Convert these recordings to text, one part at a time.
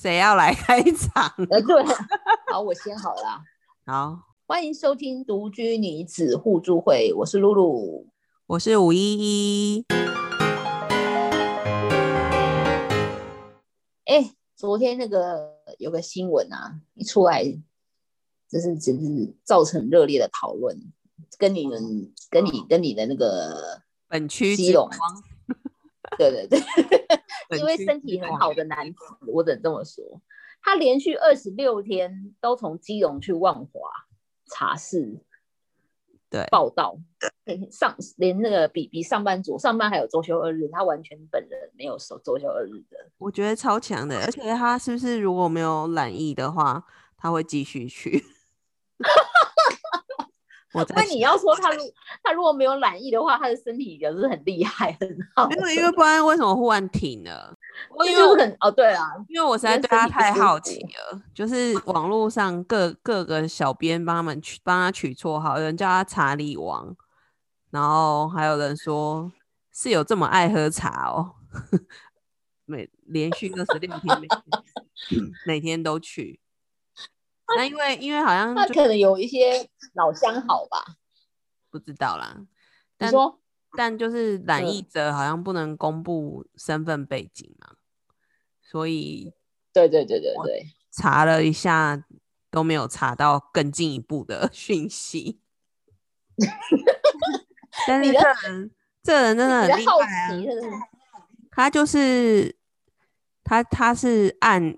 谁要来开场？ 对，好，我先好啦。 好， 欢迎收听独居女子互助会，我是露露， 我是511。 昨天那个有个新闻啊，一出来，只是造成热烈的讨论，跟你的那个本区基隆，对，因为区身体很好的男子，我只能这么说，他连续26天都从基隆去万华茶室报道，连那个比上班族上班还有周休2日，他完全本人没有周休2日的， 我觉得超强的，而且他是不是如果没有染疫的话，他会继续去？ 那你要说他如果没有染疫的话，他的身体也是很厉害，很好。 因为不然为什么忽然停了？ 因为很对啊， 因为我实在对他太好奇了，就是网络上各个小编帮他取绰号，有人叫他茶里王，然后还有人说是有这么爱喝茶哦，连续26天每天都去。那因为好像他可能有一些老相好吧， 不知道啦。但就是染疫者好像不能公布身份背景嘛，所以对， 查了一下都没有查到更进一步的讯息。但是这人真的很厉害啊！他就是他是按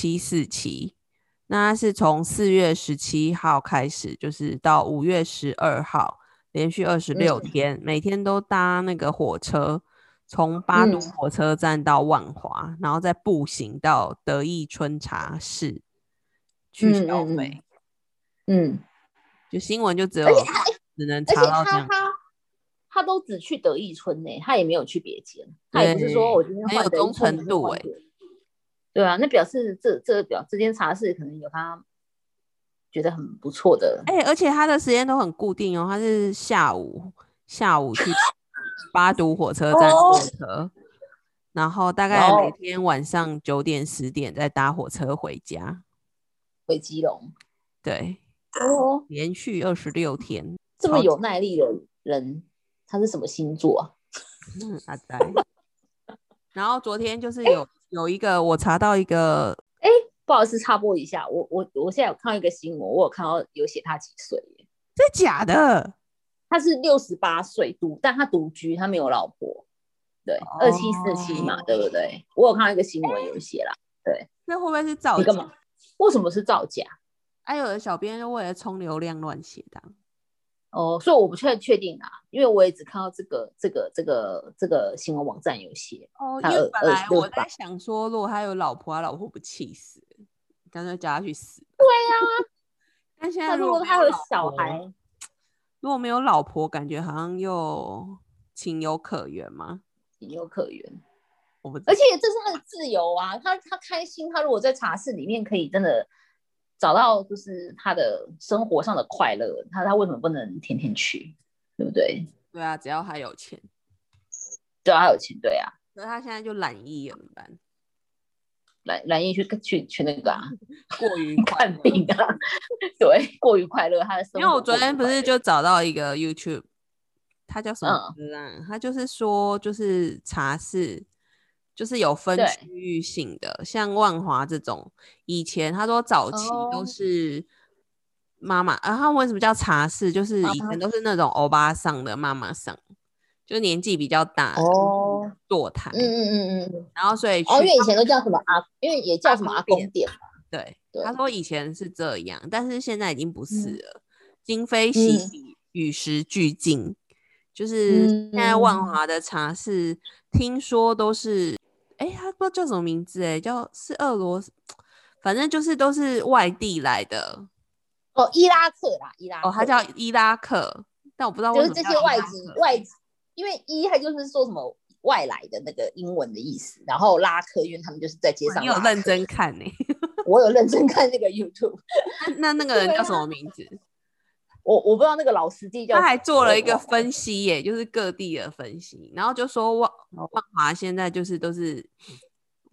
2747，那他是从4月17号开始，就是到5月12号，连续26天，每天都搭那个火车，从八都火车站到万华，然后再步行到德义春茶室去消费。就新闻就只能查到这样。 他都只去德义春呢，他也没有去别间，他也不是说我今天换德义春，很有忠诚度对啊，那表示这间茶室可能有他觉得很不错的。 而且他的时间都很固定哦，他是下午去八都火车站坐车，然后大概每天晚上9点10点再搭火车回家， 回基隆。 对，连续26天， 这么有耐力的人，他是什么星座啊？ 阿呆。然后昨天就是有一个我查到一个， 不好意思插播一下，我现在有看到一个新闻，我有看到有写他几岁耶？ 真的假的？ 他是68岁但他独居，他没有老婆。对，2747嘛，对不对？我有看到一个新闻有写啦。对， 那会不会是造假？ 为什么是造假？ 有的小编就为了冲流量乱写的。 所以我不确定啊，因为我也只看到这个新闻网站有写。 因为本来我在想说，如果他有老婆，他老婆不气死，干脆叫他去死。 对啊， 但现在如果他有小孩， 如果没有老婆，感觉好像又情有可原吗？ 情有可原， 而且这是他的自由啊，他开心，他如果在茶室里面可以真的找到就是他的生活上的快乐，他为什么不能天天去，对不对？ 对啊，只要他有钱。 对啊，他有钱，对啊。 可是他现在就染疫怎么办？ 染疫去那个过于看病啊，对，过于快乐，他的生活。 因为我昨天不是就找到一个 YouTube， 他叫什么名字啊？他就是说，就是茶室就是有分区域性的，像万华这种，以前他说早期都是妈妈，他为什么叫茶室？就是以前都是那种欧巴桑的妈妈桑，就年纪比较大的坐台，然后所以因为以前都叫什么因为也叫什么阿公店嘛。 对，他说以前是这样，但是现在已经不是了。今非昔比，与时俱进，就是现在万华的茶室，听说都是，他不知道叫什么名字，是俄罗斯，反正就是都是外地来的。 伊拉克啦，伊拉克。 他叫伊拉克，但我不知道为什么就是这些外籍，因为他就是说什么外来的那个英文的意思，然后拉客，因为他们就是在街上。 你有认真看呢？ 我有认真看那个 YouTube。 那个人叫什么名字？ 我不知道那个老司机叫。 他还做了一个分析就是各地的分析，然后就说万华现在就是都是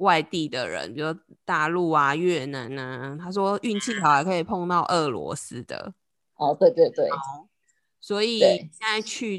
外地的人，比如大陆啊、越南啊，他说运气好还可以碰到俄罗斯的。 哦，对对对， 所以现在去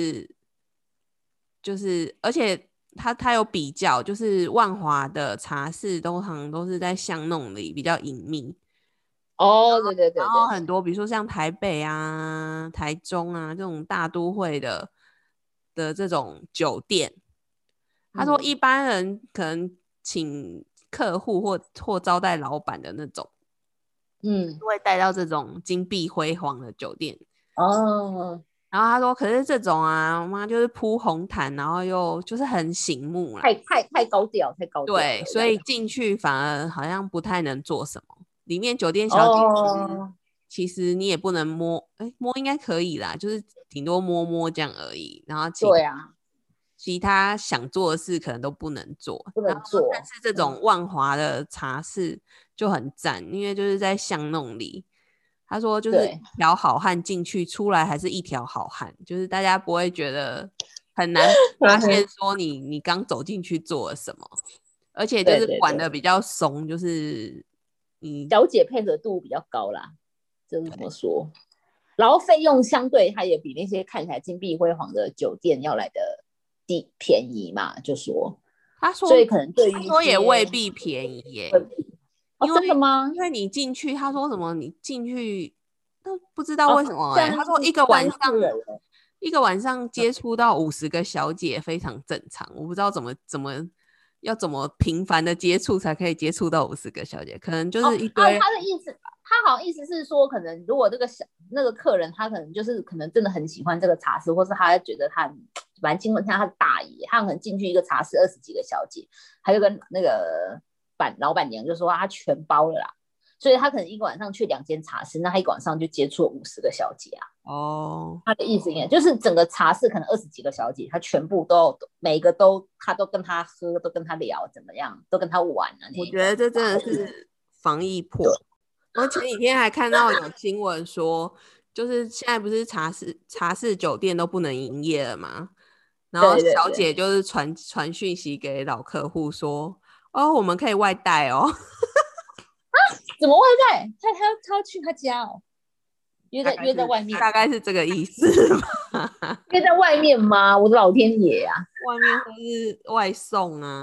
就是，而且他有比较，就是万华的茶室好像都是在巷弄里比较隐秘。 哦，对对对对， 然后很多比如说像台北啊、台中啊这种大都会的这种酒店，他说一般人可能请客户或招待老板的那种，会带到这种金碧辉煌的酒店。 哦， 然后他说，可是这种啊，我妈就是铺红毯，然后又就是很醒目啦， 太高调，太高调。 对，所以进去反而好像不太能做什么。里面酒店小姐其实你也不能摸，摸应该可以啦，就是顶多摸摸这样而已。然后对啊， 其他想做的事可能都不能做， 不能做。 但是这种万华的茶室就很赞，因为就是在巷弄里。他说就是一条好汉进去，出来还是一条好汉，就是大家不会觉得很难发现说你刚走进去做了什么，而且就是管的比较松，就是小姐配合度比较高啦，就是这么说。然后费用相对它也比那些看起来金碧辉煌的酒店要来的便宜嘛，就说。 他说， 所以可能对于他说也未必便宜耶。 真的吗？ 因为你进去，他说什么？你进去都不知道为什么他说一个晚上接触到50个小姐非常正常。我不知道怎么频繁的接触才可以接触到50个小姐，可能就是一堆。 他的意思，他好像意思是说，可能如果那个客人他可能就是可能真的很喜欢这个茶室，或是他觉得他反正经过他是大爷，他可能进去一个茶室20几个小姐，他就跟那个老板娘就说他全包了啦，所以他可能一个晚上去2间茶室，那他一个晚上就接触了50个小姐啊。 哦， 他的意思应该就是整个茶室可能20几个小姐，他全部每一个他都跟他喝，都跟他聊怎么样，都跟他玩啊。 我觉得这真的是防疫破。我前几天还看到有新闻说，就是现在不是茶室酒店都不能营业了吗？然后小姐就是传讯息给老客户说，哦，我们可以外带哦。 怎么外带？他要去他家哦，约在外面， 大概是这个意思吧。 约在外面吗？我的老天爷啊！ 外面或是外送啊？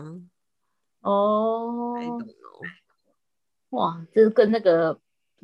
哦，哇，这跟那个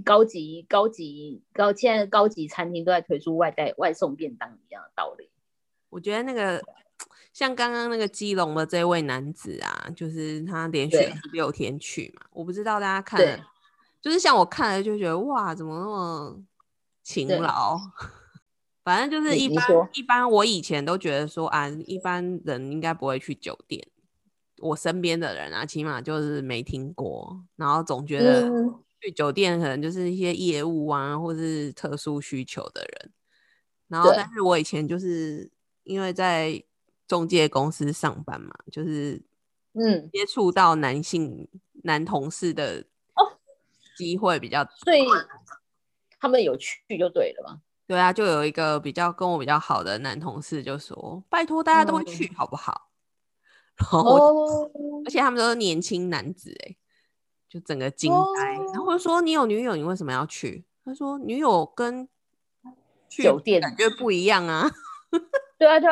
现在高级餐厅都在推出外送便当一样的道理。 我觉得那个像刚刚那个基隆的这位男子啊，就是他连续26天去嘛，我不知道大家看了，就是像我看了就觉得哇，怎么那么勤劳？反正就是一般我以前都觉得说啊，一般人应该不会去酒店，我身边的人啊，起码就是没听过，然后总觉得去酒店可能就是一些业务啊，或是特殊需求的人。然后，但是我以前就是因为在中介公司上班嘛，就是接触到男同事的机会比较多， 所以他们有去就对了嘛。 对啊，就有一个跟我比较好的男同事就说：“拜托大家都会去好不好？”然后而且他们都是年轻男子，就整个惊呆。然后我就说：“你有女友，你为什么要去？”他说：“女友跟去酒店感觉不一样啊。” 对啊。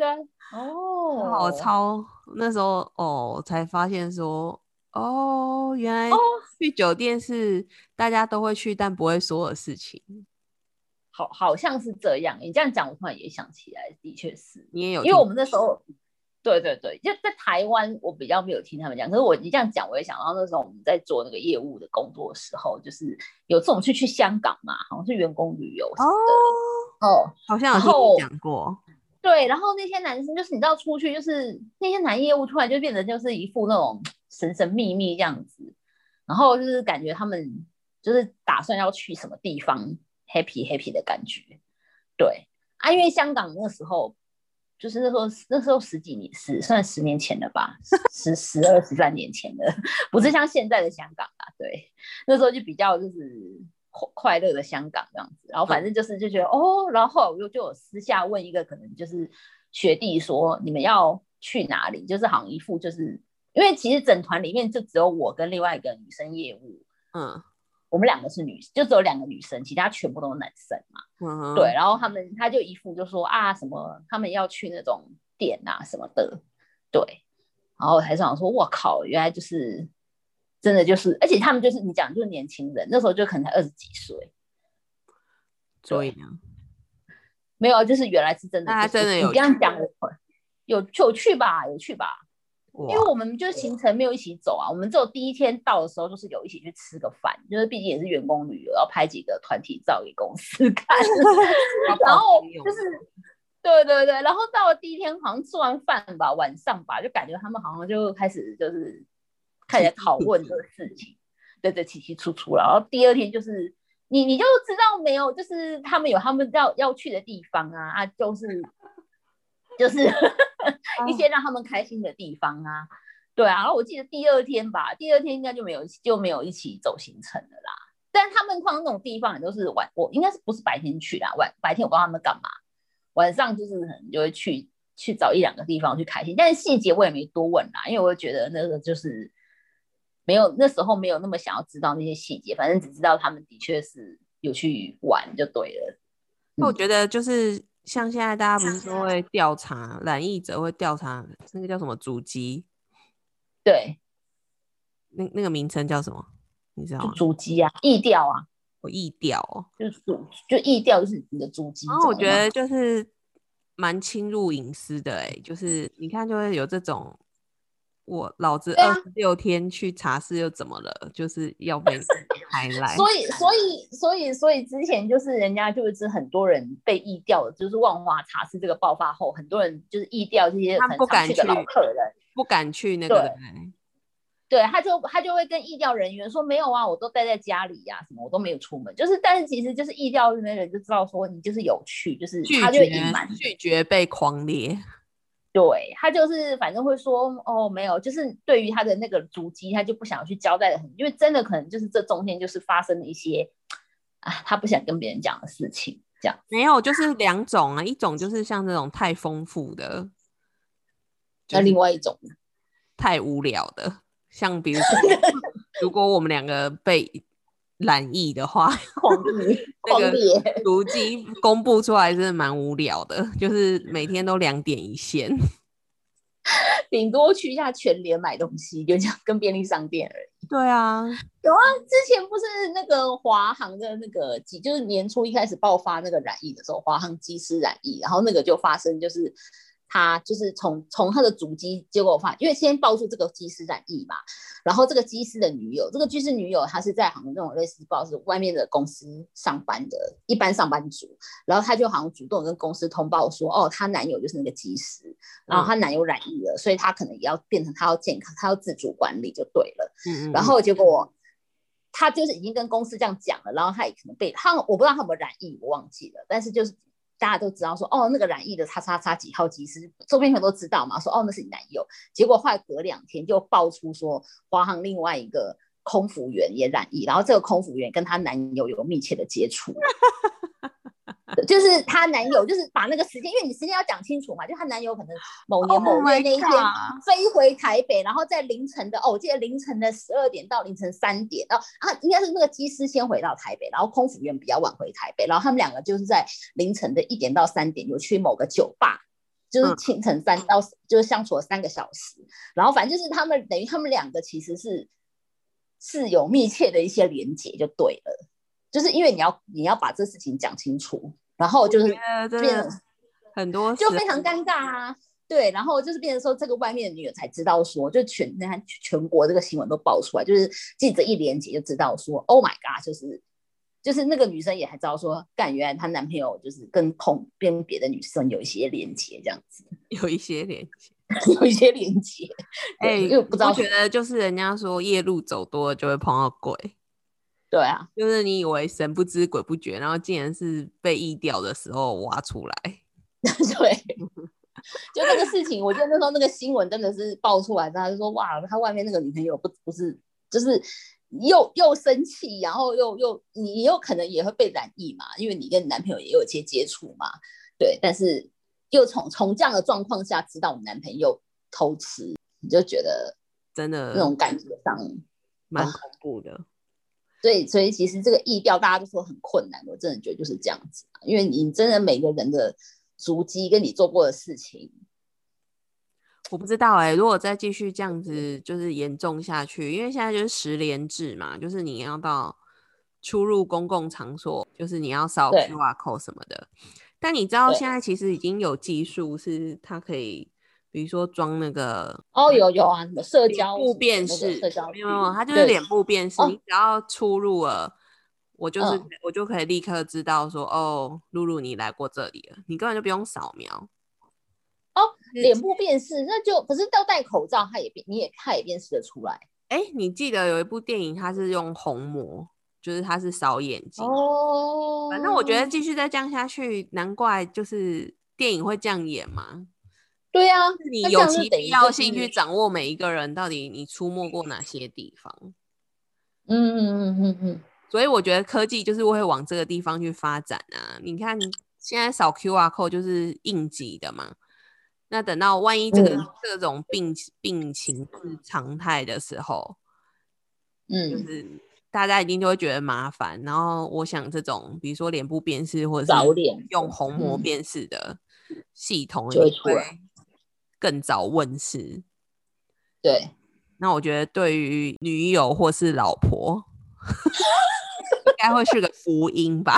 哦， 那时候才发现说，原来去酒店是大家都会去但不会说的事情。 好像是这样。你这样讲，我突然也想起来，的确是。 你也有， 因为我们那时候，对，就在台湾，我比较没有听他们讲。可是你这样讲，我也想到那时候我们在做那个业务的工作的时候，就是有次我们去香港嘛，好像是员工旅游什么的。 好像有听你讲过。 对，然后那些男生就是你知道出去，就是那些男业务突然就变得就是一副那种神神秘秘这样子，然后就是感觉他们就是打算要去什么地方 happy 的感觉。对啊，因为香港那时候就是那时候十几年算10年前了吧，12、13年前的，不是像现在的香港啊。对，那时候就比较就是快乐的香港这样子。然后反正就觉得然后后来我就有私下问一个可能就是学弟说你们要去哪里，就是好像一副就是因为其实整团里面就只有我跟另外一个女生业务，我们2个是女，就只有2个女生，其他全部都是男生嘛。对，然后他就一副就说啊什么他们要去那种店啊什么的，对，然后我还想说我靠，原来就是真的就是，而且他们就是你讲就是年轻人，那时候就可能才20几岁， 所以呢， 没有，就是原来是真的、就是， 那他真的有你这样讲有去吧，有去吧。因为我们就行程没有一起走啊，我们只有第一天到的时候就是有一起去吃个饭，就是毕竟也是员工旅游，要拍几个团体照给公司看，然后就是对对对，然后到了第一天好像吃完饭吧，晚上吧，就感觉他们好像就开始开始讨论这个事情，对对，起起楚楚，然后第二天就是你就知道没有，就是他们有他们要去的地方啊，就是一些让他们开心的地方啊，对啊。然后我记得第二天应该就没有一起走行程了啦。但他们通常那种地方也都是我应该是不是白天去啦，白天我不知道他们干嘛，晚上就是可能就会去找1、2个地方去开心，但是细节我也没多问啦，因为我觉得那个就是那时候没有那么想要知道那些细节，反正只知道他们的确是有去玩就对了。 我觉得就是像现在大家不是都会调查染疫者，会调查那个叫什么足迹， 对， 那个名称叫什么？你知道吗？ 足迹啊，疫调啊， 疫调哦， 就疫调就是你的足迹。 然后我觉得就是蛮侵入隐私的就是你看就会有这种，我老子26天去茶室又怎么了？就是要被开来。 所以之前就是人家就是很多人被疫调，就是万华茶室这个爆发后，很多人就是疫调这些很常去的老客人， 不敢去那个。 对，他就会跟疫调人员说没有啊，我都待在家里呀，什么我都没有出门。就是但是其实就是疫调那边人就知道说你就是有去，就是他就隐瞒拒绝被狂烈。 对，他就是反正会说哦没有，就是对于他的那个足迹，他就不想去交代的很，因为真的可能就是这中间就是发生了一些他不想跟别人讲的事情，这样。 没有，就是2种啊，一种就是像这种太丰富的， 那另外一种太无聊的，像比如说如果我们2个被染疫的话，那个足迹公布出来真的蛮无聊的，就是每天都2点一线。 顶多去一下全联买东西，就这样跟便利商店而已。 对啊， 有啊，之前不是那个华航的那个就是年初一开始爆发那个染疫的时候，华航机师染疫，然后那个就发生就是他就是从他的足迹，结果因为先爆出这个机师染疫嘛，然后这个机师的女友，她是在好像那种类似不知道是外面的公司上班的一般上班族，然后她就好像主动跟公司通报说，哦，她男友就是那个机师，然后她男友染疫了，所以她可能也要变成她要健康，她要自主管理就对了。然后结果她就是已经跟公司这样讲了，然后她也可能我不知道她有没有染疫，我忘记了，但是就是大家都知道说，哦，那个染疫的叉叉叉几号机师，周边朋友都知道嘛，说哦那是你男友。结果后来隔2天就爆出说，华航另外一个空服员也染疫，然后这个空服员跟她男友有密切的接触。就是她男友就是把那个时间，因为你时间要讲清楚嘛，就她男友可能某年某月那一天飞回台北，然后在凌晨的我记得凌晨的12点到凌晨3点，然后应该是那个机师先回到台北，然后空服员比较晚回台北，然后他们2个就是在凌晨的1点到3点有去某个酒吧，就是清晨3到就是相处了3个小时，然后反正就是等于他们2个其实是有密切的一些连结就对了，就是因为你要把这事情讲清楚。然后就是变成很多就非常尴尬啊，对，然后就是变成说这个外面的女友才知道说，就全国这个新闻都爆出来，就是记者一连结就知道说 ，Oh my god，就是那个女生也还知道说，原来她男朋友就是跟别的女生有一些连结这样子， 有一些连结， 因为不知道， 我觉得就是人家说夜路走多了就会碰到鬼。 对啊， 就是你以为神不知鬼不觉，然后竟然是被疫调的时候挖出来。 对，就那个事情，我记得那时候那个新闻真的是爆出来，他就说哇，他外面那个女朋友不是就是又生气，然后你有可能也会被染疫嘛，因为你跟你男朋友也有一些接触嘛，对，但是又从这样的状况下知道你男朋友偷吃，你就觉得真的那种感觉上蛮恐怖的。 所以其实这个疫调大家都说很困难，我真的觉得就是这样子，因为你真的每个人的足迹跟你做过的事情， 我不知道如果再继续这样子就是严重下去，因为现在就是10连制嘛，就是你要到出入公共场所，就是你要扫 QR code 什么的。但你知道现在其实已经有技术是它可以比如说装那个有啊，什么社交脸部辨识，没有，它就是脸部辨识，你只要出入了，我就可以立刻知道说，哦，露露你来过这里了，你根本就不用扫描。 脸部辨识，那就可是要戴口罩，它也辨识得出来。 你记得有一部电影，它是用虹膜，就是它是扫眼睛。反正我觉得继续再这样下去，难怪就是电影会这样演嘛。 对啊， 你有其必要性去掌握每一个人到底你出没过哪些地方。所以我觉得科技就是会往这个地方去发展啊。你看现在扫 QR code 就是应急的嘛，那等到万一这种病情是常态的时候，就是大家一定就会觉得麻烦。然后我想这种比如说脸部辨识或者是用虹膜辨识的系统就会出来， 更早问世。 对， 那我觉得对于女友或是老婆应该会是个福音吧。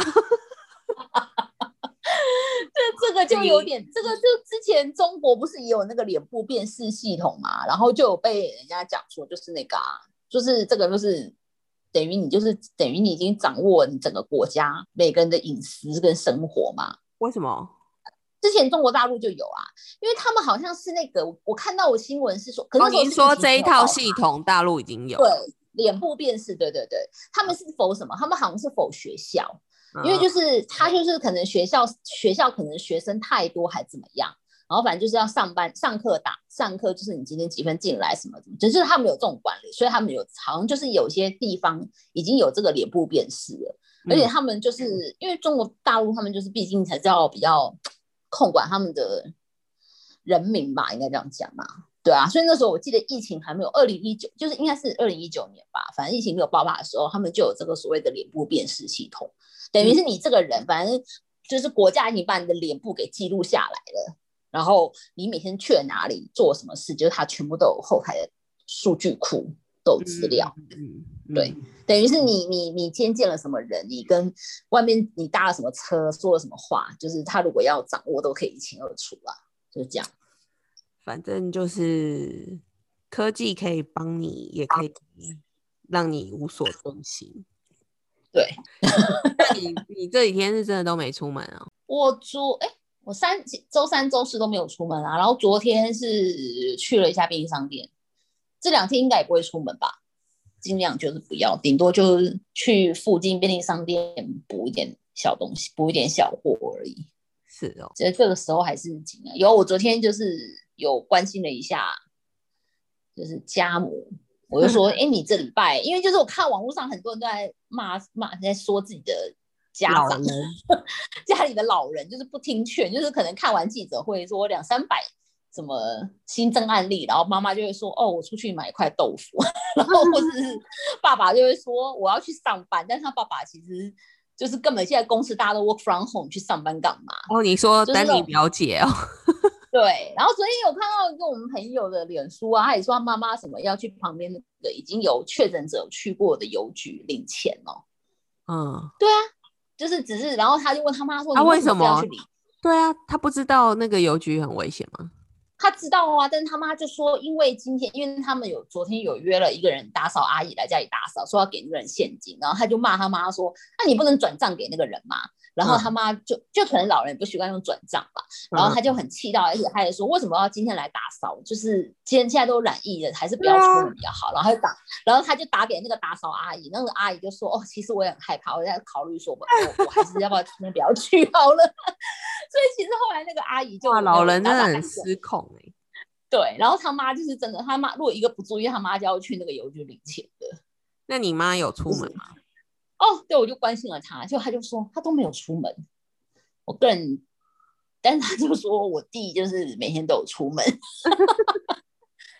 这个就有点，这个就之前中国不是也有那个脸部辨识系统嘛，然后就有被人家讲说就是那个就是这个就是等于你已经掌握你整个国家每个人的隐私跟生活嘛。 为什么？ 之前中国大陆就有啊，因为他们好像是那个我看到我新闻是说，可是您说这一套系统大陆已经有， 对，脸部辨识，对，他们是否什么？他们好像是否学校，因为就是他就是可能学校可能学生太多还怎么样，然后反正就是要上课就是你今天几分进来什么，就是他们有这种管理，所以他们好像就是有些地方已经有这个脸部辨识了，而且他们就是因为中国大陆他们就是毕竟才知道比较控管他们的人民吧，应该这样讲嘛。对啊，所以那时候我记得疫情还没有2019，就是应该是2019年吧，反正疫情没有爆发的时候，他们就有这个所谓的脸部辨识系统，等于是你这个人，反正就是国家已经把你的脸部给记录下来了，然后你每天去了哪里做什么事，就是它全部都有后台的数据库，都有资料。对，等于是你今天见了什么人，你跟外面你搭了什么车，说了什么话，就是他如果要掌握，都可以一清二楚啦，就是这样。 反正就是科技可以帮你，也可以让你无所遁形。 对， 那你这几天是真的都没出门啊？ 我周三周四都没有出门啊，然后昨天是去了一下便利商店，这2天应该也不会出门吧，尽量就是不要，顶多就是去附近便利商店补一点小东西，补一点小货而已。 是哦， 这个时候还是尽量有。我昨天就是有关心了一下，就是家母，我就说，你这礼拜，因为就是我看网络上很多人都在骂，在说自己的家长，家里的老人就是不听劝，就是可能看完记者会说200-300什么新增案例，然后妈妈就会说，我出去买一块豆腐，然后或者是爸爸就会说我要去上班，但是他爸爸其实就是根本现在公司大家都 work from home， 去上班干嘛？ 你说丹妮表姐哦。 对，然后昨天有看到一个我们朋友的脸书啊，他也说他妈妈什么要去旁边的已经有确诊者去过的邮局领钱哦。对啊，就是只是，然后他就问他妈说：“你为什么要去领？” 对啊，他不知道那个邮局很危险吗？ 他知道啊，但是他妈就说，因为他们昨天有约了一个人打扫阿姨来家里打扫，说要给那个人现金，然后他就骂他妈说：“那你不能转账给那个人吗？”然后他妈就可能老人不习惯用转账吧，然后他就很气到，而且他也说为什么要今天来打扫？就是现在都染疫了，还是不要出门比较好。然后他就打给那个打扫阿姨，那个阿姨就说：“其实我也很害怕，我在考虑说我还是要不要今天不要去好了。”所以其实后来那个阿姨就老人真的很失控对，然后他妈就是真的，他妈如果一个不注意，他妈就要去那个邮局领钱的。 那你妈有出门吗？ 对，我就关心了他，他就说他都没有出门。我个人，但是他就说我弟就是每天都有出门。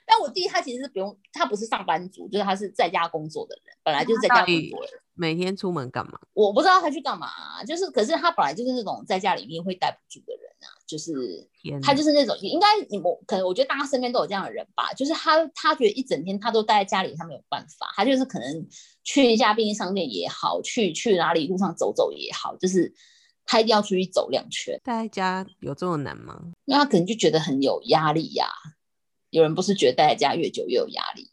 但我弟他其实是不用，他不是上班族，就是他是在家工作的人，本来就是在家工作的人。 每天出门干嘛？ 我不知道他去干嘛，就是可是他本来就是那种在家里面会待不住的人啊，就是他就是那种应该可能我觉得大家身边都有这样的人吧，就是他觉得一整天他都待在家里，他没有办法，他就是可能去一下便利商店也好，去哪里路上走走也好，就是他一定要出去走2圈。 待在家有这么难吗？ 那他可能就觉得很有压力呀。有人不是觉得待在家越久越有压力？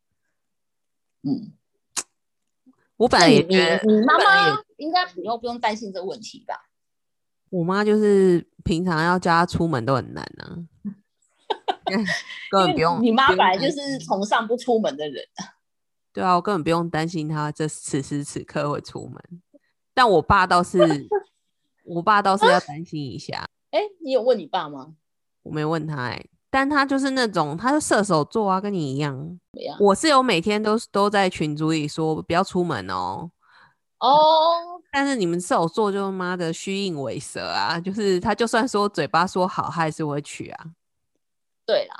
我本来也觉得你妈妈应该以后不用担心这个问题吧？ 我妈就是平常要叫她出门都很难啊，根本不用。 你妈本来就是崇尚不出门的人。 对啊，我根本不用担心她此时此刻会出门，但我爸倒是要担心一下。 你有问你爸吗？ 我没问他但他就是那种，他是射手座啊，跟你一样。我是有每天都在群组里说不要出门哦。但是你们射手座就妈的虚应委蛇啊，就是他就算说嘴巴说好，他还是会去啊。 对啦。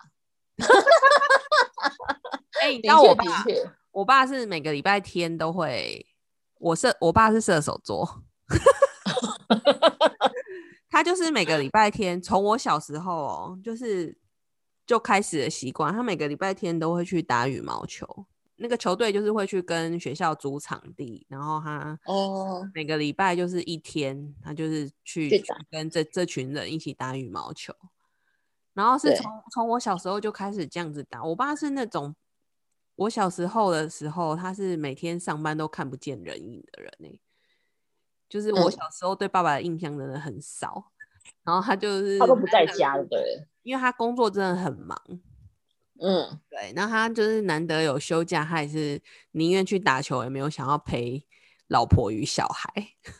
你知道我爸是每个礼拜天都会，我爸是射手座。他就是每个礼拜天，从我小时候就开始的习惯，他每个礼拜天都会去打羽毛球。那个球队就是会去跟学校租场地，然后他每个礼拜就是一天，他就是去跟这群人一起打羽毛球。然后是从我小时候就开始这样子打。我爸是那种我小时候的时候，他是每天上班都看不见人影的人就是我小时候对爸爸的印象真的很少，然后他都不在家，对， 因为他工作真的很忙。对，那他就是难得有休假，他也是宁愿去打球，也没有想要陪老婆与小孩。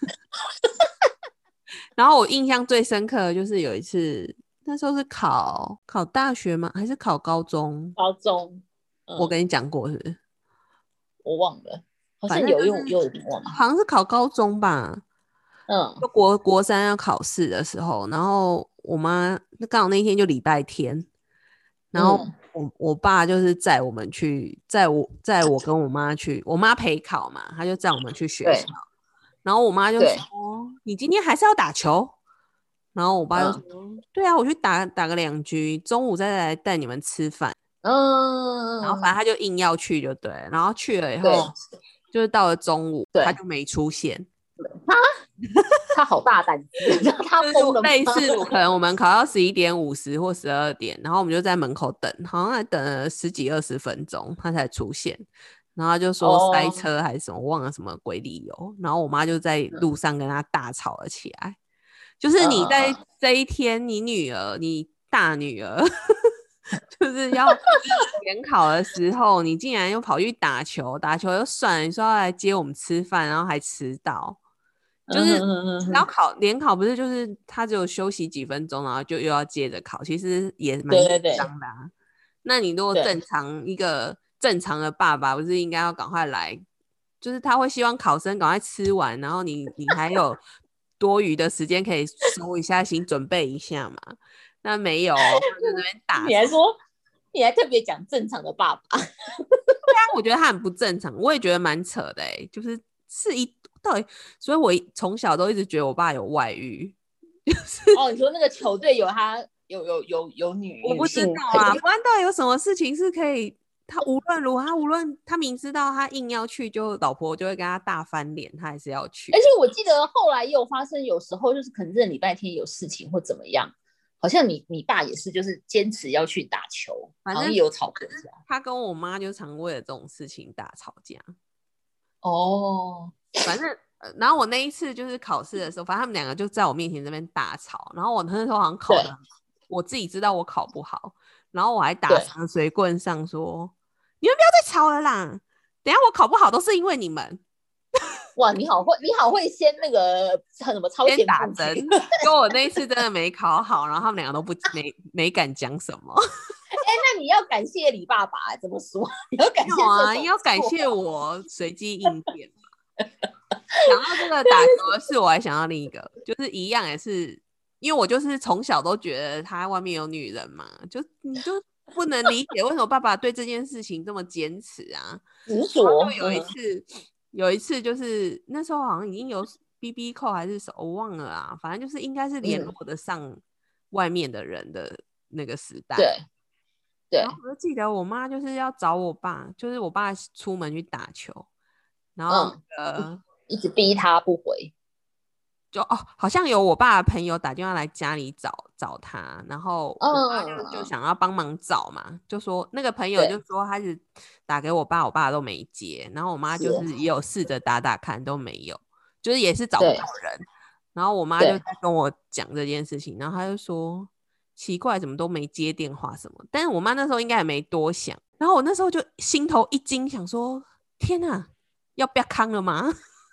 然后我印象最深刻的就是有一次，那时候是考大学吗？还是考高中？ 高中。 我跟你讲过是不是？ 我忘了，好像有点忘了， 好像是考高中吧。就国3要考试的时候，然后我妈刚好那一天就礼拜天，然后我爸就是载我们去，载我跟我妈去，我妈陪考嘛，他就载我们去学校，然后我妈就说你今天还是要打球，然后我爸就说对啊，我去打个2局，中午再来带你们吃饭。然后反正他就硬要去就对，然后去了以后就是到了中午他就没出现。 他好大胆子，他疯了吗？ 类似可能我们考到11点50或12点，然后我们就在门口等，好像还等了10几20分钟他才出现，然后就说塞车还是什么，忘了什么鬼理由，然后我妈就在路上跟他大吵了起来。就是你在这一天，你大女儿就是要联考的时候，你竟然又跑去打球又算了，你说要来接我们吃饭，然后还迟到。就是然后联考不是就是他只有休息几分钟，然后就又要接着考，其实也蛮紧张的啊。那你如果一个正常的爸爸，不是应该要赶快来？就是他会希望考生赶快吃完，然后你还有多余的时间可以收一下心，准备一下嘛。那没有，他就那边打。 你还特别讲正常的爸爸。对啊，我觉得他很不正常，我也觉得蛮扯的就是到底，所以我从小都一直觉得我爸有外遇。 你说那个球队有他有女， 我不知道啊，不然到底有什么事情是可以？他无论如何，他明知道他硬要去，就老婆就会跟他大翻脸，他还是要去。 而且我记得后来也有发生，有时候就是可能这礼拜天有事情或怎么样，好像你爸也是，就是坚持要去打球，好像也有吵过架。 他跟我妈就常为了这种事情大吵架。反正然后我那一次就是考试的时候，反正他们2个就在我面前这边大吵，然后我那时候好像考的，我自己知道我考不好，然后我还打蛇随棍上说你们不要再吵了啦，等一下我考不好都是因为你们。 哇，你好会先那个什么超前打针，因为我那一次真的没考好，然后他们2个都没敢讲什么。 那你要感谢李爸爸怎么说？你要感谢要感谢我随机应变。想到这个打球的事，我还想到另一个，就是一样也是，因为我就是从小都觉得他外面有女人嘛，你就不能理解为什么爸爸对这件事情这么坚持啊。 执着。 有一次就是那时候好像已经有 BB 扣还是什么我忘了啊，反正就是应该是联络得上外面的人的那个时代。 对。 然后我就记得我妈就是要找我爸，就是我爸出门去打球，然后一直逼他不回。 就好像有我爸的朋友打电话来家里找他，然后我妈就想要帮忙找嘛，就说那个朋友就说他是打给我爸，我爸都没接，然后我妈就是也有试着打看都没有，就是也是找不到人。然后我妈就在跟我讲这件事情，然后她就说奇怪怎么都没接电话什么，但是我妈那时候应该也没多想，然后我那时候就心头一惊，想说天哪，要不要康了吗？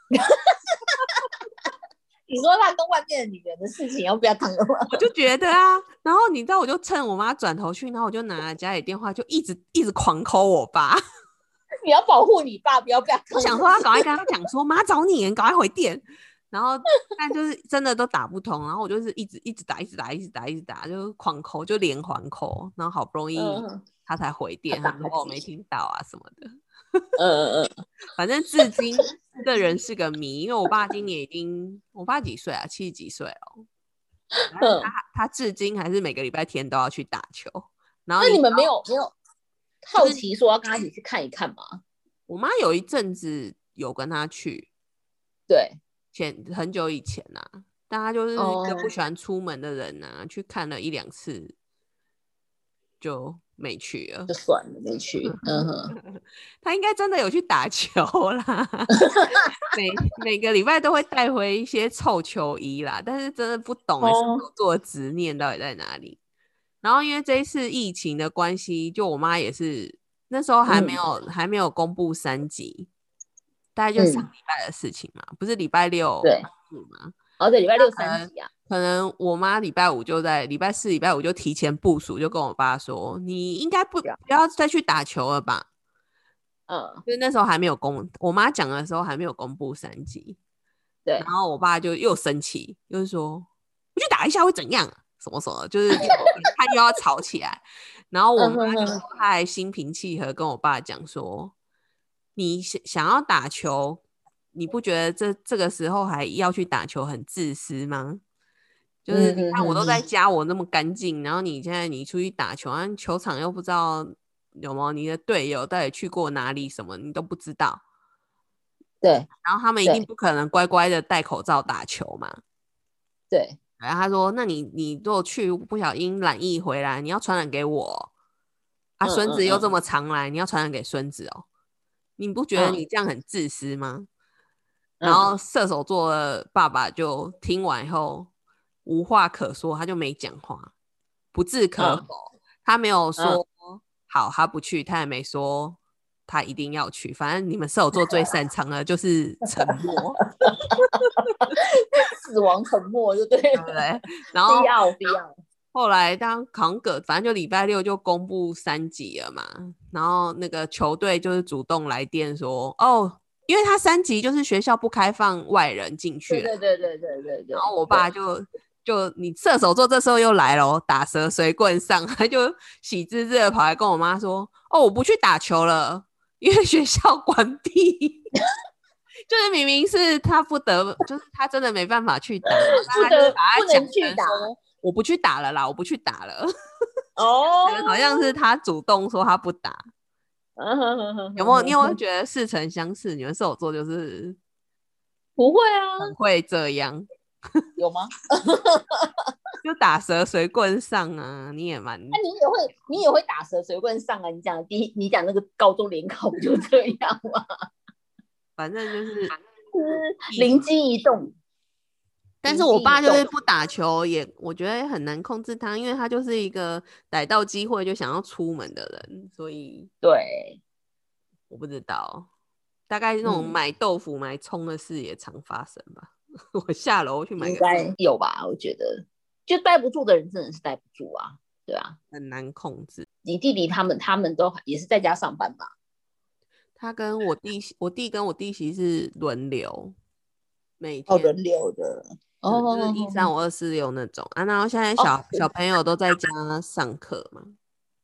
你说他跟外面的女人的事情要不要扛了吗？ 我就觉得啊，然后你知道，我就趁我妈转头去，然后我就拿了家里电话，就一直狂call我爸。 你要保护你爸，不要扛。 我想说，他赶快跟他讲说，妈找你，赶快回电。然后，但就是真的都打不通，然后我就是一直打，就狂call，就连环call，然后好不容易他才回电，他说我没听到啊什么的。反正至今这人是个谜，因为我爸今年我爸几岁啊？70几岁哦。他至今还是每个礼拜天都要去打球。然后那你们没有好奇说要跟他一起去看一看吗？ 我妈有一阵子有跟他去， 对， 很久以前啊，但他就是一个不喜欢出门的人啊，去看了1-2次就没去了， 就算了，没去。 他应该真的有去打球啦，每个礼拜都会带回一些臭球衣啦，但是真的不懂射手座的执念到底在哪里。然后因为这一次疫情的关系，就我妈也是那时候还没有公布3级，大概就上礼拜的事情嘛，不是礼拜6吗？ 对，礼拜6 3级啊。 可能我妈礼拜4、礼拜5就提前部署，就跟我爸说，你应该不要再去打球了吧？因为那时候还没有我妈讲的时候还没有公布3级。 对， 然后我爸就又生气，就是说我去打一下会怎样？什么什么，就是他又要吵起来。然后我妈就说他还心平气和跟我爸讲说，你想要打球，你不觉得这个时候还要去打球很自私吗？就是你看我都在家，我那么干净，然后你现在你出去打球，球场又不知道有没有你的队友到底去过哪里，什么你都不知道。 对， 然后他们一定不可能乖乖的戴口罩打球嘛。 对。 然后他说，那你如果去不小心染疫回来，你要传染给我啊，孙子又这么常来，你要传染给孙子哦，你不觉得你这样很自私吗？然后射手座的爸爸就听完以后无话可说，他就没讲话，不置可否。他没有说好他不去，他也没说他一定要去，反正你们射手座最擅长的就是沉默。 死亡沉默就对了， 对不对？然后必要后来反正就礼拜6就公布3级了嘛，然后那个球队就是主动来电说，因为他3级就是学校不开放外人进去了。 对。 然后我爸就你射手座这时候又来了，打蛇随棍上，他就喜滋滋的跑来跟我妈说，我不去打球了，因为学校关闭。就是明明是他就是他真的没办法去打， 不能去打， 我不去打了啦，我不去打了。好像是他主动说他不打。有没有？你有没有觉得似曾相识？你们射手座就是不会啊， 很会这样。 有吗？ 就打蛇随棍上啊，你也蛮…… 那你也会打蛇随棍上啊？你讲那个高中联考不就这样吗？ 反正就是灵机一动。 但是我爸就是不打球，我觉得很难控制他，因为他就是一个逮到机会就想要出门的人，所以对， 我不知道，大概那种买豆腐、买葱的事也常发生吧。我下楼去买， 应该有吧？我觉得，就待不住的人真的是待不住啊，对啊， 很难控制。 你弟弟他们都也是在家上班吧？ 他跟我弟跟我弟媳是轮流，每天轮流的。 就是1、3、5、2、4、6那种啊。然后现在小朋友都在家上课嘛。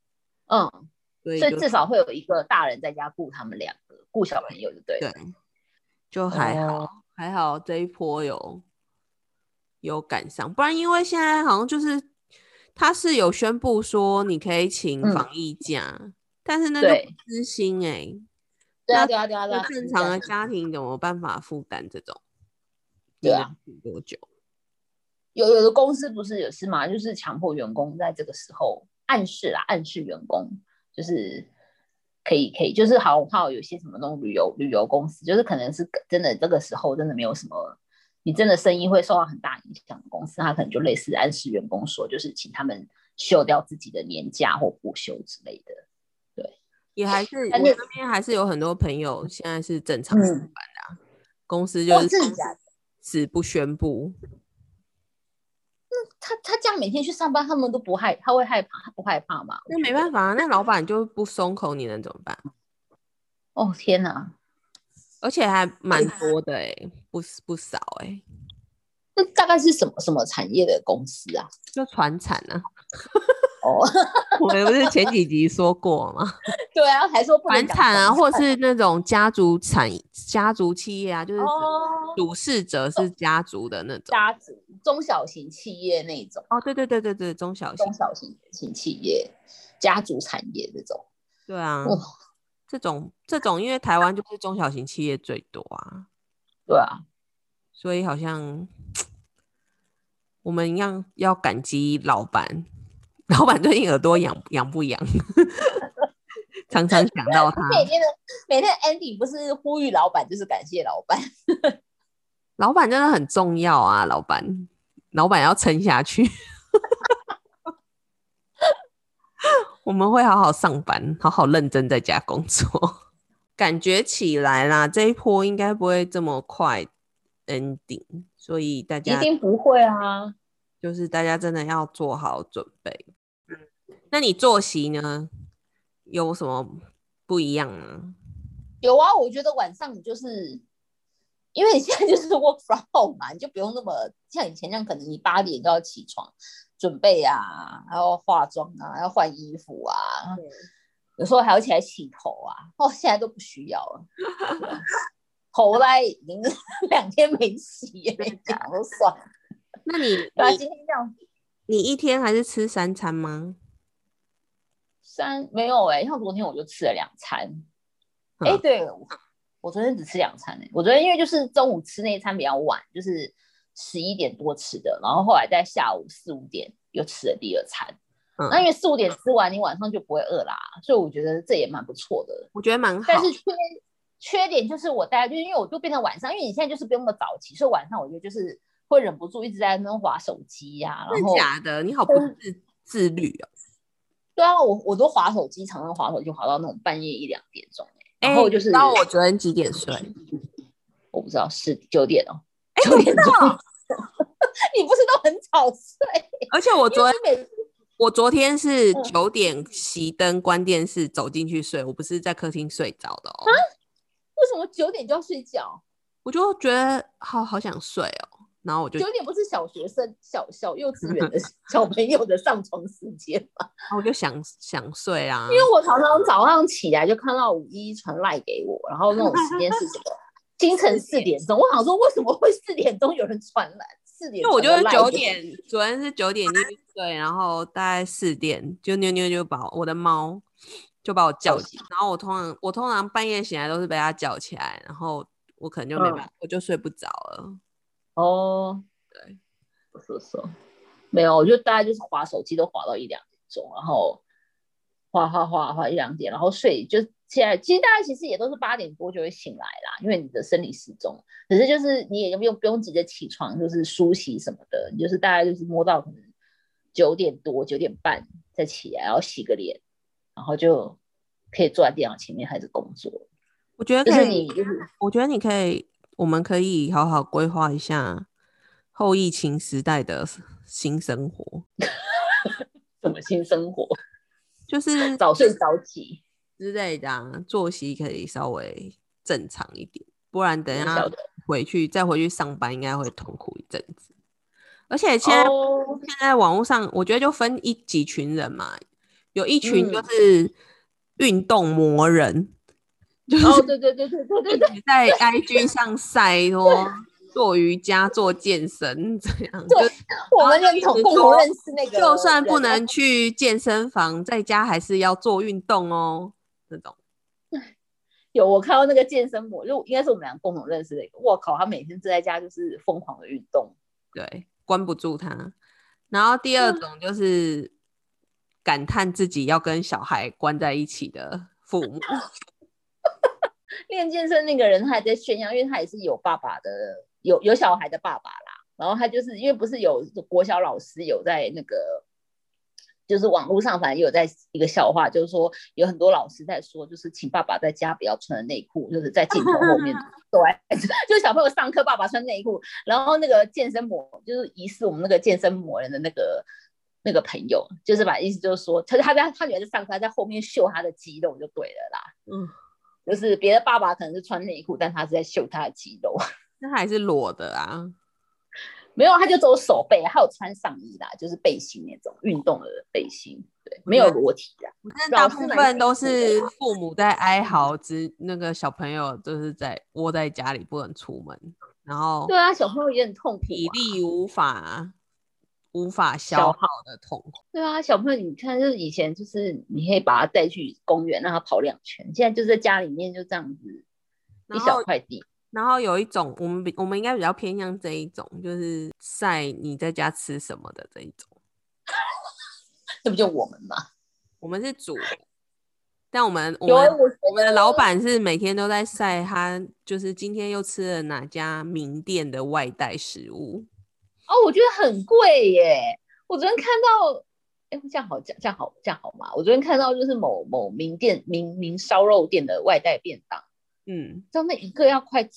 所以至少会有一个大人在家顾他们2个，顾小朋友就对了。 对，就还好，还好这一波有赶上，不然因为现在好像就是他是有宣布说你可以请防疫假，但是那就不知心对啊， 正常的家庭怎么办法负担这种？ 对啊， 多久？ 有的公司不是也是嘛，就是强迫员工在这个时候暗示员工，就是可以，就是好有些什么那种旅游公司，就是可能是真的这个时候真的没有什么，你真的生意会受到很大影响的公司，他可能就类似暗示员工说，就是请他们休掉自己的年假或补休之类的。对， 也还是我那边还是有很多朋友现在是正常上班的公司就是死不宣布。 他这样每天去上班，他们都不害，他会害怕，他不害怕吗？ 那没办法，那老板就不松口，你能怎么办？ 哦天哪！ 而且还蛮多的不少那大概是什么产业的公司啊？ 就传产啊。我们不是前几集说过吗？ 对啊，还说不能讲传产啊，或是那种家族企业啊，就是主事者是家族的那种家族中小型企业那种。 对，中小型企业、家族产业这种。 对啊，这种，因为台湾就是中小型企业最多啊。 对啊， 所以好像我们要感激老板。老板最近耳朵痒不痒？常常想到他。 每天 ending 不是呼吁老板，就是感谢老板。 老板真的很重要啊，老板要撑下去。我们会好好上班，好好认真在家工作。感觉起来啦，这一波应该不会这么快 ending， 所以大家一定不会啊。 就是大家真的要做好准备。那你作息呢？有什么不一样呢？ 有啊，我觉得晚上你就是因为你现在就是 work from home 嘛，你就不用那么像以前那样，可能你8点就要起床准备啊，还要化妆啊，要换衣服啊，有时候还要起来洗头啊。现在都不需要了。头来已经2天没洗，讲都算了。 那你今天这样， 你一天还是吃3餐吗？ 没有像昨天我就吃了2餐。对，我昨天只吃2餐我昨天因为就是中午吃那一餐比较晚，就是11点多吃的，然后后来在下午4、5点又吃了第2餐。那因为4、5点吃完，你晚上就不会饿啦，所以我觉得这也蛮不错的。 我觉得蛮好。 但是缺点就是我大概就是因为我就变成晚上，因为你现在就是不用那么早起，所以晚上我觉得就是会忍不住一直在那边滑手机呀。然后假的，你好不自律哦。 对啊，我都滑手机，常常滑手机滑到那种半夜1、2点钟然后就是， 你知道我昨天几点睡？ 我不知道，9点哦，9点钟。你不是都很早睡？ 而且我昨天是9点熄灯关电视走进去睡，我不是在客厅睡着的哦。 为什么9点就要睡觉？ 我就觉得好想睡哦，然后我就 9点不是小学生、小幼稚园的小朋友的上床时间吗？ 我就想睡啊， 因为我常常早上起来就看到51传赖给我，然后那种时间是什么？清晨4点钟。我想说为什么会4点钟有人传来？4点，因为我就是9点，昨天是9点进去睡，然后大概4点就妞妞就把我的猫就把我叫起，然后我通常半夜醒来都是被它叫起来，然后我可能就没办法，我就睡不着了。对， 不是说没有，我就大概就是滑手机都滑到1、2点钟，然后滑1、2点，然后睡就起来。其实大家其实也都是8点多就会醒来啦，因为你的生理时钟。可是就是你也不用急着起床，就是梳洗什么的，你就是大概就是摸到可能9点多、9点半再起来，然后洗个脸，然后就可以坐在电脑前面开始工作。 我觉得可以，我觉得我们可以好好规划一下后疫情时代的新生活。 什么新生活？ 就是早睡早起之类的啊，作息可以稍微正常一点，不然等一下再回去上班应该会痛苦一阵子。而且现在网络上我觉得就分几群人嘛， 有一群就是运动魔人， 哦，对， 在 IG 上晒说做瑜伽、做健身这样。 对，我们共同认识那个， 就算不能去健身房，在家还是要做运动哦，这种。 有我看到那个健身模，就应该是我们俩共同认识的一个。我靠，他每天在家就是疯狂的运动， 对，关不住他。然后第二种就是感叹自己要跟小孩关在一起的父母。 练健身那个人他还在炫耀，因为他也是有爸爸的，有小孩的爸爸啦。然后他就是因为不是有国小老师有在那个。就是网络上反正有在一个笑话，就是说有很多老师在说，就是请爸爸在家不要穿内裤，就是在镜头后面对，就是小朋友上课爸爸穿内裤，然后那个健身模就是疑似我们那个健身模人的那个朋友，就是把意思就是说，他女儿在上课，他在后面秀他的肌肉就对了啦。就是别的爸爸可能是穿内裤，但他是在秀他的肌肉， 那还是裸的啊。 没有，他就走手背，还有穿上衣啦，就是背心那种运动的背心，对，没有裸体的。 我觉得大部分都是父母在哀嚎那个小朋友就是在窝在家里不能出门，然后对啊，小朋友也很痛苦， 体力无法消耗的痛苦。 对啊，小朋友你看，就是以前就是你可以把他带去公园让他跑2圈，现在就在家里面就这样子一小块地。 然后有一种我们应该比较偏向这一种，就是晒你在家吃什么的这一种。 这不就我们吗？ 我们是煮的，但我们的老板是每天都在晒他就是今天又吃了哪家名店的外带食物。 哦，我觉得很贵耶！我昨天看到，这样好吗？我昨天看到就是某名店名烧肉店的外带便当，知道那一个要快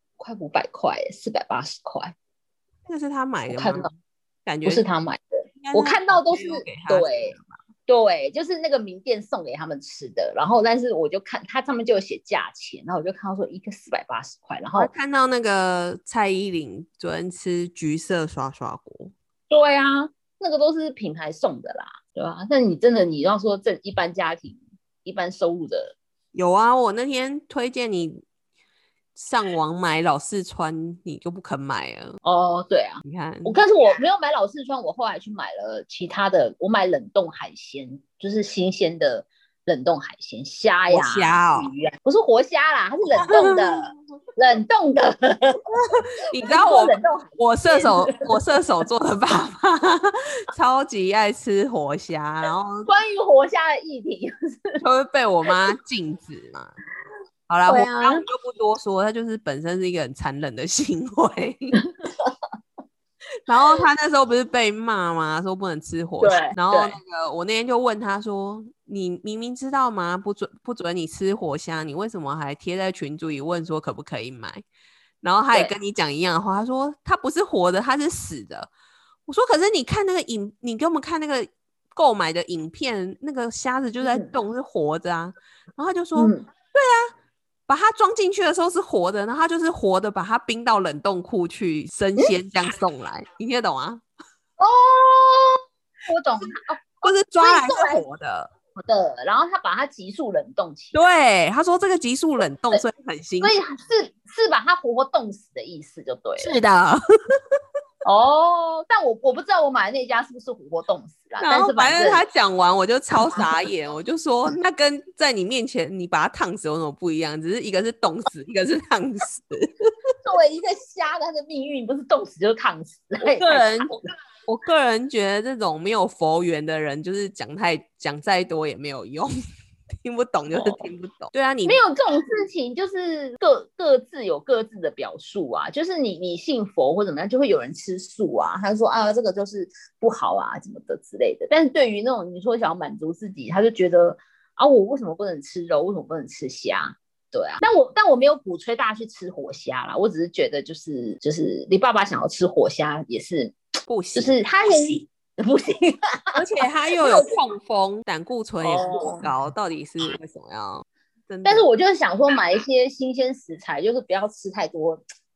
500块，480块。 那是他买的吗？我看到感觉不是他买的，我看到都是对，就是那个名店送给他们吃的。然后，但是我就看他上面就有写价钱，然后我就看到说一个480块。然后看到那个蔡依林昨天吃橘色刷刷锅， 对啊，那个都是品牌送的啦，对吧？那你真的你要说这一般家庭一般收入的， 有啊，我那天推荐你上网买老四川，你就不肯买了。 哦，对啊， 你看， 但是我没有买老四川，我后来去买了其他的，我买冷冻海鲜，就是新鲜的冷冻海鲜，虾呀、鱼啊，不是活虾啦，它是冷冻的，冷冻的。 你知道我射手座的爸爸超级爱吃活虾，然后关于活虾的议题就会被我妈禁止嘛。好啦，我就不多说，它就是本身是一个很残忍的行为。然后他那时候不是被骂吗？说不能吃活虾。然后我那天就问他说：“你明明知道吗？不准你吃活虾，你为什么还贴在群组里问说可不可以买？”然后他也跟你讲一样的话，他说他不是活的，他是死的。我说可是你看那个你给我们看那个购买的影片，那个虾子就在动，是活着啊。然后他就说：“对啊。”把它装进去的时候是活的，然后它就是活的，把它冰到冷冻库去生鲜这样送来，你听得懂吗？ 哦，我懂， 就是抓来是活的， 然后他把它急速冷冻起来。对，他说这个急速冷冻，所以很新鲜， 所以是把它活冻死的意思就对了。 是的。 哦，但我不知道我买的那家是不是活冻死啦。 然后反正他讲完我就超傻眼，我就说那跟在你面前你把它烫死有什么不一样？只是一个是冻死，一个是烫死。 作为一个虾，它的命运不是冻死就是烫死。 我个人觉得这种没有佛缘的人，就是讲再多也没有用。听不懂就是听不懂。对啊，你没有这种事情，就是各自有各自的表述啊。就是你信佛或怎么样，就会有人吃素啊，他说啊这个就是不好啊什么的之类的。但是对于那种你说想要满足自己，他就觉得啊我为什么不能吃肉，为什么不能吃虾？对啊，但我没有鼓吹大家去吃活虾啦，我只是觉得就是你爸爸想要吃活虾也是不行， 就是他也。不行， 而且他又有痛风，胆固醇也过高，到底是为什么要？ 但是我就是想说，买一些新鲜食材，就是不要吃太多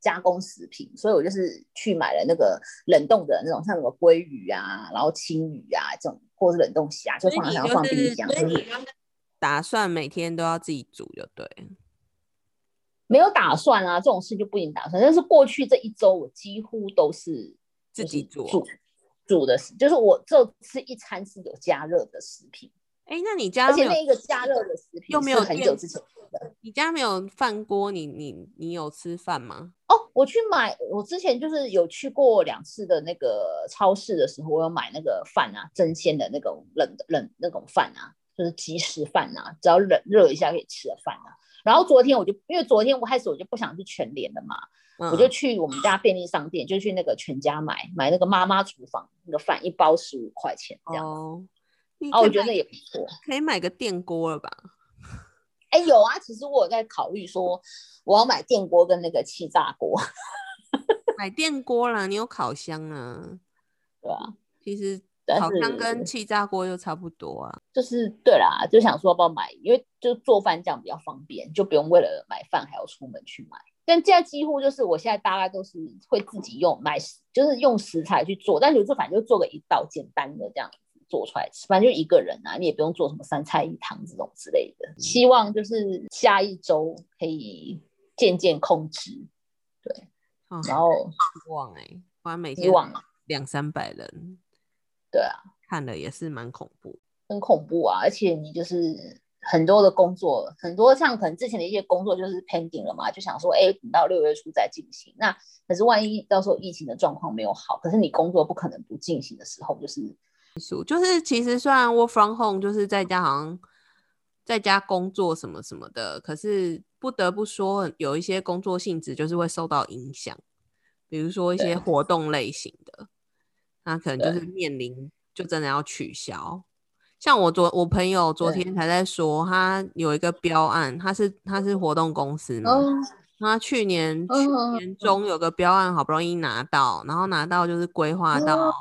加工食品，所以我就是去买了那个冷冻的那种，像什么鲑鱼啊，然后青鱼啊这种，或是冷冻虾，就想要放冰箱。 打算每天都要自己煮就对。 没有打算啊，这种事就不一定打算。但是过去这一周，我几乎都是自己煮的，就是我这吃一餐是有加热的食品。 那你家而且那一个加热的食品是很久之前的。 你家没有饭锅，你有吃饭吗？ 哦，我去买，我之前就是有去过2次的那个超市的时候，我有买那个饭啊，蒸鲜的那种冷那种饭啊，就是即食饭啊，只要冷热一下可以吃的饭啊。然后昨天因为昨天我开始我就不想去全联了嘛，我就去我们家便利商店，就去那个全家买那个妈妈厨房那个饭，1包15块钱这样。我觉得那也不错， 可以买个电锅了吧？ 有啊，其实我有在考虑说，我要买电锅跟那个气炸锅。 买电锅啦，你有烤箱啊？ 对啊， 其实烤箱跟气炸锅就差不多啊。 就是对啦，就想说要不要买，因为就做饭这样比较方便，就不用为了买饭还要出门去买。但现在几乎就是我现在大概都是会自己就是用食材去做，但有时候反正就做个一道简单的这样。做出来吃，反正就一个人啊，你也不用做什么3菜1汤这种之类的。希望就是下一周可以渐渐控制，对，然后希望不然每天200-300人， 对啊， 看了也是蛮恐怖， 很恐怖啊！而且你就是很多的工作，很多像可能之前的一些工作就是 pending 了嘛，就想说，等到6月初再进行。那可是万一到时候疫情的状况没有好，可是你工作不可能不进行的时候， 就是其实虽然 work from home 就是在家好像在家工作什么什么的，可是不得不说有一些工作性质就是会受到影响，比如说一些活动类型的，那可能就是面临就真的要取消。像我朋友昨天才在说，他有一个标案，他是活动公司嘛，他去年中有个标案好不容易拿到，然后拿到就是规划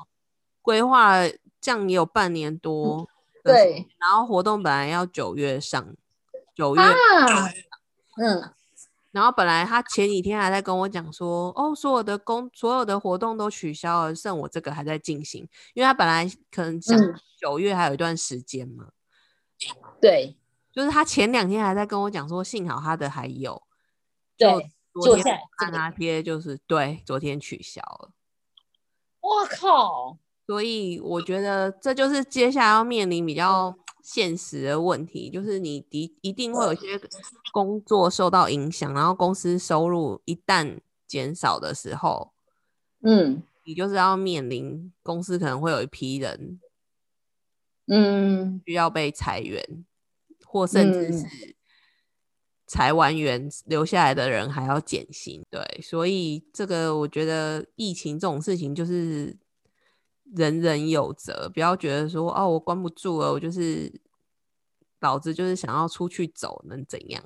这样也有半年多， 对， 然后活动本来要9月上，然后本来他前几天还在跟我讲说，所有的活动都取消了，剩我这个还在进行，因为他本来可能想9月还有一段时间嘛， 对， 就是他前2天还在跟我讲说，幸好他的还有， 就昨天看他贴就是对，昨天取消了， 哇靠！ 所以我觉得这就是接下来要面临比较现实的问题，就是你一定会有些工作受到影响，然后公司收入一旦减少的时候，你就是要面临公司可能会有一批人，需要被裁员，或甚至是裁完员留下来的人还要减薪，对，所以这个我觉得疫情这种事情就是人人有责，不要觉得说我关不住了，我就是老子就是想要出去走，能怎样？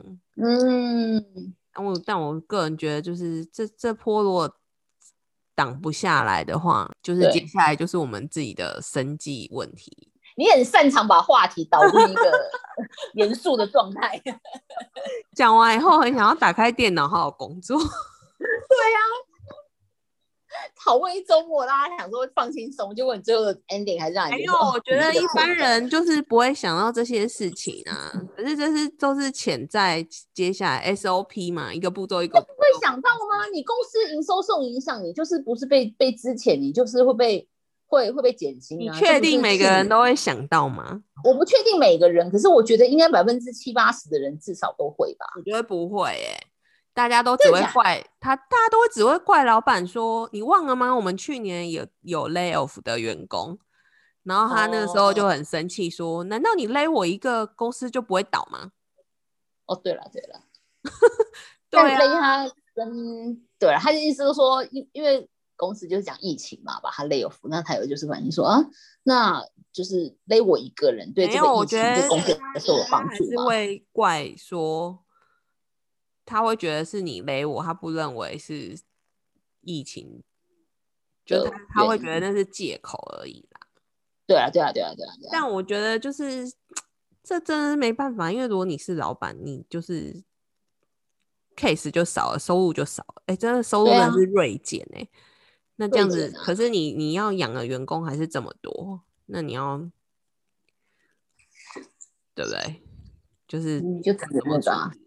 但我个人觉得，就是这波如果挡不下来的话，就是接下来就是我们自己的生计问题。 你很擅长把话题导入一个严肃的状态。 讲完以后，很想要打开电脑好好工作。对啊，讨论一周末，大家想说放轻松，结果你最后的 ending 还是让你觉得我觉得一般人就是不会想到这些事情啊。可是都是潜在接下来 SOP 嘛，一个步骤一个步骤。 不会想到吗？你公司营收受影响，你就是不是被资遣，你就是会被减薪啊？你确定每个人都会想到吗？ 我不确定每个人，可是我觉得应该70%-80%的人至少都会吧。 我觉得不会大家都只会怪他，大家都只会怪老板说，你忘了吗？我们去年有 lay off 的员工，然后他那个时候就很生气说，难道你 lay 我一个公司就不会倒吗？ 对了对啊， 他对了，他的意思是说，因为公司就是讲疫情嘛，把他 lay off，那他有就是反映说那就是勒我一个人，对这个疫情对公司是有帮助吗？ 是会怪说，他会觉得是你勒我，他不认为是疫情，就他会觉得那是借口而已啦。 对啊。 但我觉得就是这真的是没办法，因为如果你是老板，你就是 case 就少了，收入就少了，真的收入真的是锐减那这样子，可是你要养的员工还是这么多，那你要对不对？就是你就只能那个啊，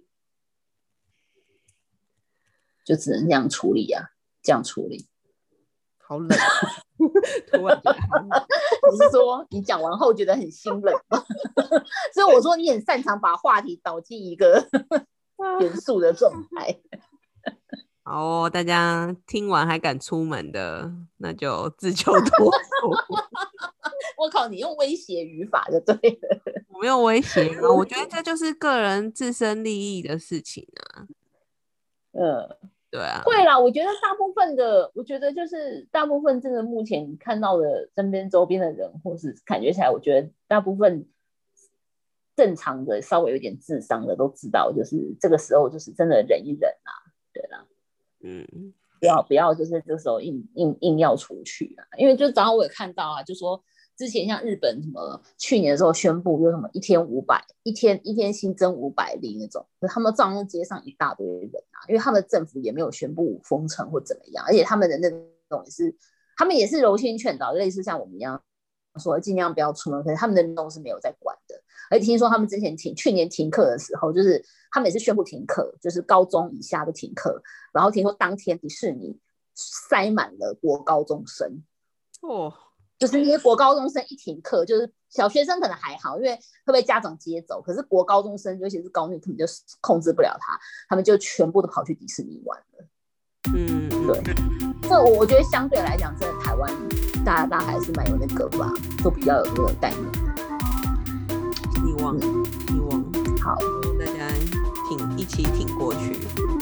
就只能这样处理啊，这样处理。 好冷，突然觉得好冷。 你是说你讲完后觉得很心冷吗？所以我说你很擅长把话题导进一个严肃的状态。 好大家听完还敢出门的，那就自求多福。 我靠，你用威胁语法就对了。 我没有威胁啊，我觉得这就是个人自身利益的事情啊。 对啊，会啦。我觉得就是大部分这个目前看到的身边周边的人，或是感觉起来，我觉得大部分正常的稍微有点智商的都知道，就是这个时候就是真的忍一忍啊，对啦，不要就是这时候硬要出去啊，因为就早上我也看到啊，就说之前像日本什么去年的时候宣布有什么一天500，一天新增500例那种，他们照样街上一大堆人啊，因为他们政府也没有宣布封城或怎么样，而且他们的那种他们也是柔性劝导，类似像我们一样说尽量不要出门，可是他们的那种是没有在管的。而且听说他们去年停课的时候，就是他们也是宣布停课，就是高中以下都停课，然后听说当天迪士尼塞满了国高中生就是那些国高中生一停课，就是小学生可能还好，因为会被家长接走，可是国高中生尤其是高女根本就控制不了他们就全部都跑去迪士尼玩了。对，这我觉得相对来讲，真的台湾大家还是蛮有那个吧，都比较有那个概念的。 希望好， 大家一起挺过去。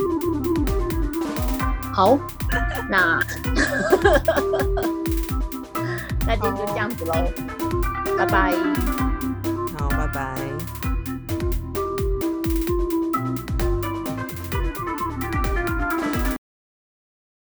好，那今天就这样子咯，拜拜。